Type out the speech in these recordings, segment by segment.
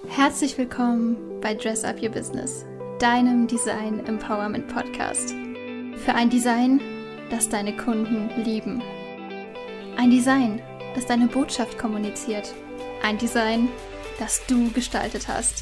Herzlich willkommen bei Dress Up Your Business, deinem Design Empowerment Podcast. Für ein Design, das deine Kunden lieben. Ein Design, das deine Botschaft kommuniziert. Ein Design, das du gestaltet hast.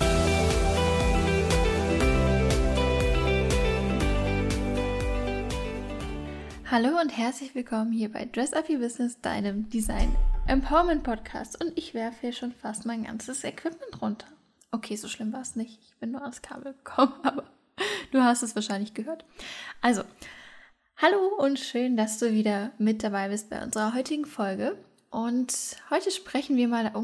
Hallo und herzlich willkommen hier bei Dress Up Your Business, deinem Design Empowerment Podcast. Und ich werfe hier schon fast mein ganzes Equipment runter. Okay, so schlimm war es nicht. Ich bin nur ans Kabel gekommen, aber du hast es wahrscheinlich gehört. Also, hallo und schön, dass du wieder mit dabei bist bei unserer heutigen Folge. Und heute sprechen wir mal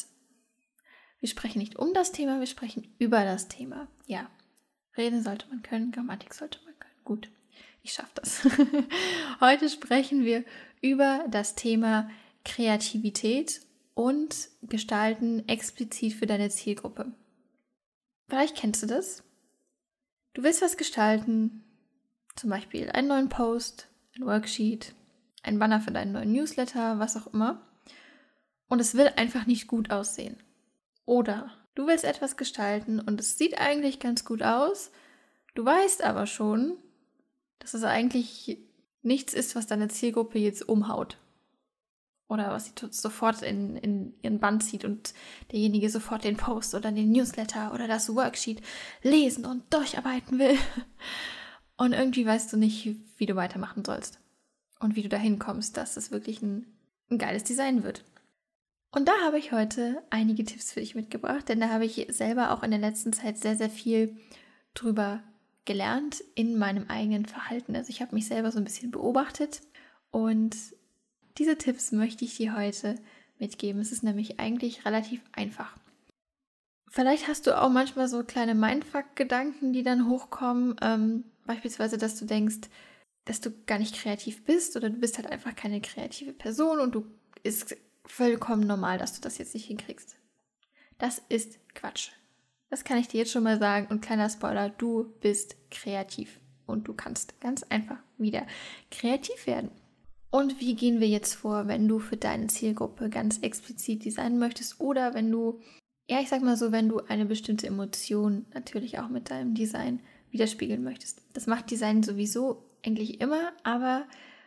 wir sprechen nicht um das Thema, wir sprechen über das Thema. Ja, reden sollte man können, Grammatik sollte man können. Gut, ich schaffe das. Heute sprechen wir über das Thema Kreativität und Gestalten explizit für deine Zielgruppe. Vielleicht kennst du das. Du willst was gestalten, zum Beispiel einen neuen Post, ein Worksheet, ein Banner für deinen neuen Newsletter, was auch immer. Und es will einfach nicht gut aussehen. Oder du willst etwas gestalten und es sieht eigentlich ganz gut aus, du weißt aber schon, dass es eigentlich nichts ist, was deine Zielgruppe jetzt umhaut. Oder was sie sofort in ihren Bann zieht und derjenige sofort den Post oder den Newsletter oder das Worksheet lesen und durcharbeiten will. Und irgendwie weißt du nicht, wie du weitermachen sollst. Und wie du dahin kommst, dass es wirklich ein geiles Design wird. Und da habe ich heute einige Tipps für dich mitgebracht, denn da habe ich selber auch in der letzten Zeit sehr, sehr viel drüber gelernt in meinem eigenen Verhalten. Also ich habe mich selber so ein bisschen beobachtet und diese Tipps möchte ich dir heute mitgeben. Es ist nämlich eigentlich relativ einfach. Vielleicht hast du auch manchmal so kleine Mindfuck-Gedanken, die dann hochkommen. Beispielsweise, dass du denkst, dass du gar nicht kreativ bist oder du bist halt einfach keine kreative Person und du ist vollkommen normal, dass du das jetzt nicht hinkriegst. Das ist Quatsch. Das kann ich dir jetzt schon mal sagen. Und kleiner Spoiler, du bist kreativ und du kannst ganz einfach wieder kreativ werden. Und wie gehen wir jetzt vor, wenn du für deine Zielgruppe ganz explizit designen möchtest oder wenn du, ich sag mal so, wenn du eine bestimmte Emotion natürlich auch mit deinem Design widerspiegeln möchtest. Das macht Design sowieso eigentlich immer, aber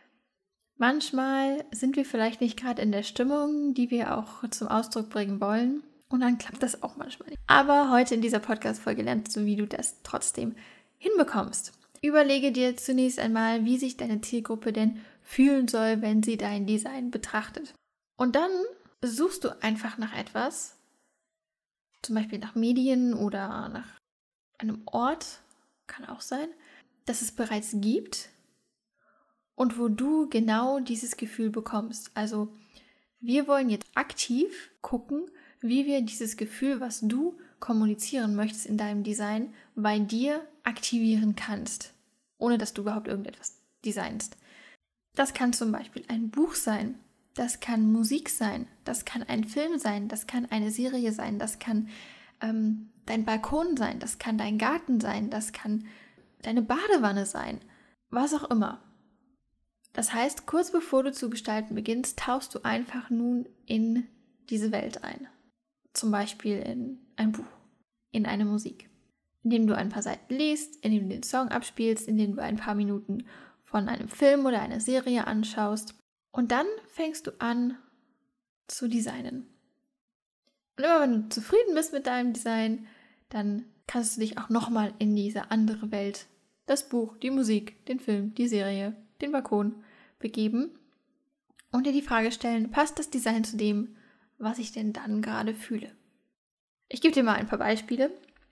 manchmal sind wir vielleicht nicht gerade in der Stimmung, die wir auch zum Ausdruck bringen wollen und dann klappt das auch manchmal nicht. Aber heute in dieser Podcast-Folge lernst du, wie du das trotzdem hinbekommst. Überlege dir zunächst einmal, wie sich deine Zielgruppe denn fühlen soll, wenn sie dein Design betrachtet. Und dann suchst du einfach nach etwas, zum Beispiel nach Medien oder nach einem Ort, kann auch sein, das es bereits gibt und wo du genau dieses Gefühl bekommst. Also wir wollen jetzt aktiv gucken, wie wir dieses Gefühl, was du kommunizieren möchtest in deinem Design, bei dir aktivieren kannst, ohne dass du überhaupt irgendetwas designst. Das kann zum Beispiel ein Buch sein, das kann Musik sein, das kann ein Film sein, das kann eine Serie sein, das kann dein Balkon sein, das kann dein Garten sein, das kann deine Badewanne sein, was auch immer. Das heißt, kurz bevor du zu gestalten beginnst, tauchst du einfach nun in diese Welt ein. Zum Beispiel in ein Buch, in eine Musik, indem du ein paar Seiten liest, indem du den Song abspielst, indem du ein paar Minuten von einem Film oder einer Serie anschaust und dann fängst du an zu designen. Und immer wenn du zufrieden bist mit deinem Design, dann kannst du dich auch nochmal in diese andere Welt, das Buch, die Musik, den Film, die Serie, den Balkon begeben und dir die Frage stellen, passt das Design zu dem, was ich denn dann gerade fühle? Ich gebe dir mal ein paar Beispiele.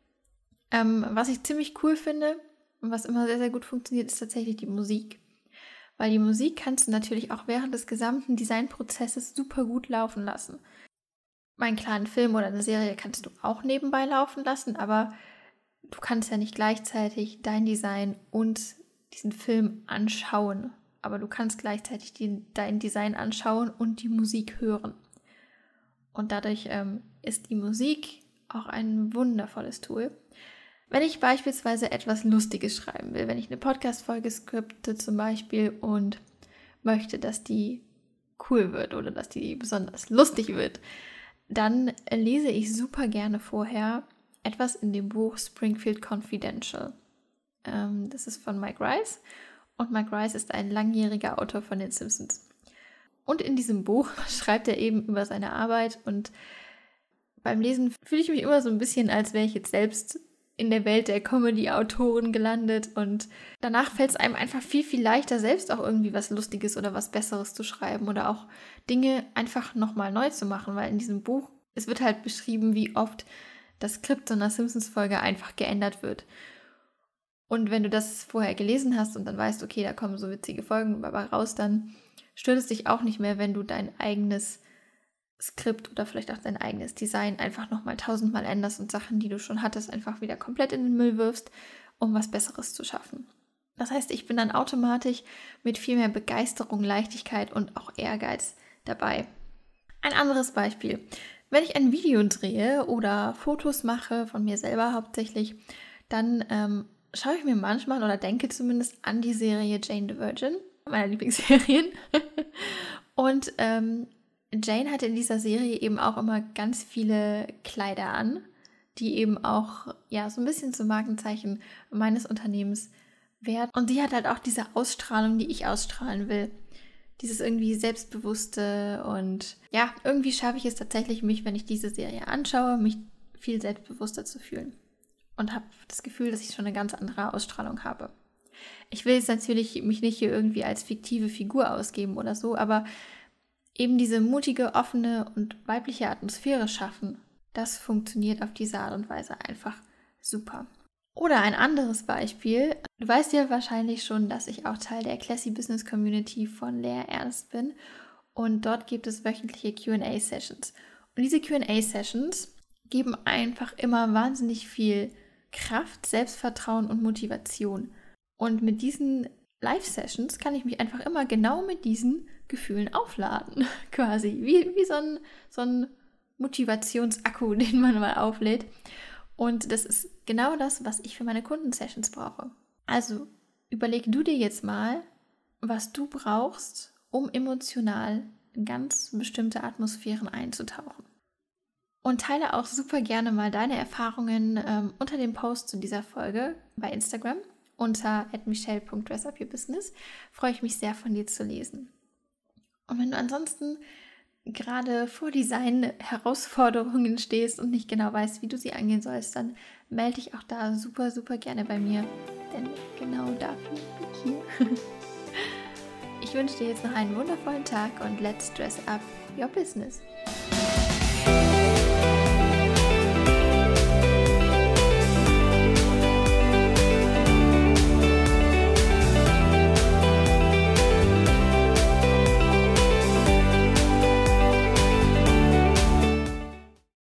Was ich ziemlich cool finde und was immer sehr, sehr gut funktioniert, ist tatsächlich die Musik. Weil die Musik kannst du natürlich auch während des gesamten Designprozesses super gut laufen lassen. Einen kleinen Film oder eine Serie kannst du auch nebenbei laufen lassen, aber du kannst ja nicht gleichzeitig dein Design und diesen Film anschauen. Aber du kannst gleichzeitig dein Design anschauen und die Musik hören. Und dadurch ist die Musik auch ein wundervolles Tool. Wenn ich beispielsweise etwas Lustiges schreiben will, wenn ich eine Podcast-Folge skripte zum Beispiel und möchte, dass die cool wird oder dass die besonders lustig wird, dann lese ich super gerne vorher etwas in dem Buch Springfield Confidential. Das ist von Mike Rice und Mike Rice ist ein langjähriger Autor von den Simpsons. Und in diesem Buch schreibt er eben über seine Arbeit und beim Lesen fühle ich mich immer so ein bisschen, als wäre ich jetzt selbst in der Welt der Comedy-Autoren gelandet und danach fällt es einem einfach viel, viel leichter, selbst auch irgendwie was Lustiges oder was Besseres zu schreiben oder auch Dinge einfach nochmal neu zu machen, weil in diesem Buch, es wird halt beschrieben, wie oft das Skript so einer Simpsons-Folge einfach geändert wird. Und wenn du das vorher gelesen hast und dann weißt, okay, da kommen so witzige Folgen dabei raus, dann stört es dich auch nicht mehr, wenn du dein eigenes Skript oder vielleicht auch dein eigenes Design einfach nochmal 1000-mal änderst und Sachen, die du schon hattest, einfach wieder komplett in den Müll wirfst, um was Besseres zu schaffen. Das heißt, ich bin dann automatisch mit viel mehr Begeisterung, Leichtigkeit und auch Ehrgeiz dabei. Ein anderes Beispiel. Wenn ich ein Video drehe oder Fotos mache, von mir selber hauptsächlich, dann schaue ich mir manchmal oder denke zumindest an die Serie Jane the Virgin, meiner Lieblingsserien. Und Jane hatte in dieser Serie eben auch immer ganz viele Kleider an, die eben auch ja so ein bisschen zum Markenzeichen meines Unternehmens werden. Und sie hat halt auch diese Ausstrahlung, die ich ausstrahlen will. Dieses irgendwie Selbstbewusste und ja, irgendwie schaffe ich es tatsächlich, mich, wenn ich diese Serie anschaue, mich viel selbstbewusster zu fühlen. Und habe das Gefühl, dass ich schon eine ganz andere Ausstrahlung habe. Ich will jetzt natürlich mich nicht hier irgendwie als fiktive Figur ausgeben oder so, aber eben diese mutige, offene und weibliche Atmosphäre schaffen, das funktioniert auf diese Art und Weise einfach super. Oder ein anderes Beispiel. Du weißt ja wahrscheinlich schon, dass ich auch Teil der Classy Business Community von Lea Ernst bin. Und dort gibt es wöchentliche Q&A-Sessions. Und diese Q&A-Sessions geben einfach immer wahnsinnig viel Kraft, Selbstvertrauen und Motivation. Und mit diesen Live-Sessions kann ich mich einfach immer genau mit diesen Gefühlen aufladen, quasi. Wie so ein Motivationsakku, den man mal auflädt. Und das ist genau das, was ich für meine Kundensessions brauche. Also überleg du dir jetzt mal, was du brauchst, um emotional in ganz bestimmte Atmosphären einzutauchen. Und teile auch super gerne mal deine Erfahrungen unter dem Post zu dieser Folge bei Instagram unter @michelle.dressupyourbusiness. Freue ich mich sehr, von dir zu lesen. Und wenn du ansonsten gerade vor Design-Herausforderungen stehst und nicht genau weißt, wie du sie angehen sollst, dann melde dich auch da super, super gerne bei mir, denn genau dafür bin ich hier. Ich wünsche dir jetzt noch einen wundervollen Tag und let's dress up your business.